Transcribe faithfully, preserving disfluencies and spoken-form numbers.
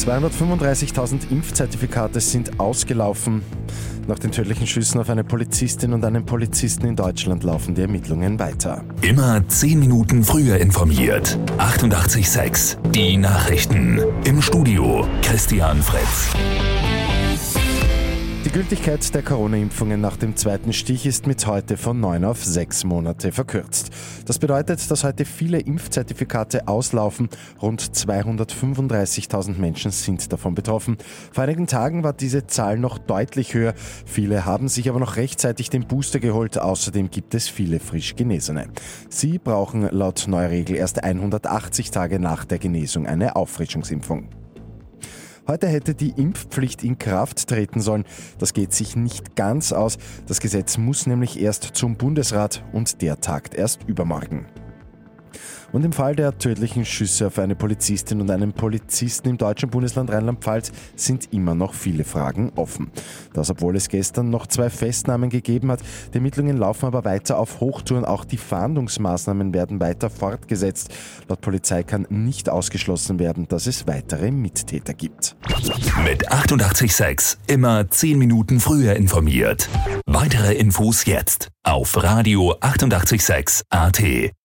zweihundertfünfunddreißigtausend Impfzertifikate sind ausgelaufen. Nach den tödlichen Schüssen auf eine Polizistin und einen Polizisten in Deutschland laufen die Ermittlungen weiter. Immer zehn Minuten früher informiert. achtundachtzig Komma sechs. Die Nachrichten. Im Studio Christian Fritz. Die Gültigkeit der Corona-Impfungen nach dem zweiten Stich ist mit heute von neun auf sechs Monate verkürzt. Das bedeutet, dass heute viele Impfzertifikate auslaufen. Rund zweihundertfünfunddreißigtausend Menschen sind davon betroffen. Vor einigen Tagen war diese Zahl noch deutlich höher. Viele haben sich aber noch rechtzeitig den Booster geholt. Außerdem gibt es viele frisch Genesene. Sie brauchen laut neuer Regel erst hundertachtzig Tage nach der Genesung eine Auffrischungsimpfung. Heute hätte die Impfpflicht in Kraft treten sollen. Das geht sich nicht ganz aus. Das Gesetz muss nämlich erst zum Bundesrat und der tagt erst übermorgen. Und im Fall der tödlichen Schüsse auf eine Polizistin und einen Polizisten im deutschen Bundesland Rheinland-Pfalz sind immer noch viele Fragen offen. Das, obwohl es gestern noch zwei Festnahmen gegeben hat. Die Ermittlungen laufen aber weiter auf Hochtouren. Auch die Fahndungsmaßnahmen werden weiter fortgesetzt. Laut Polizei kann nicht ausgeschlossen werden, dass es weitere Mittäter gibt. Mit achtundachtzig Komma sechs immer zehn Minuten früher informiert. Weitere Infos jetzt auf Radio achtundachtzig Komma sechs A T.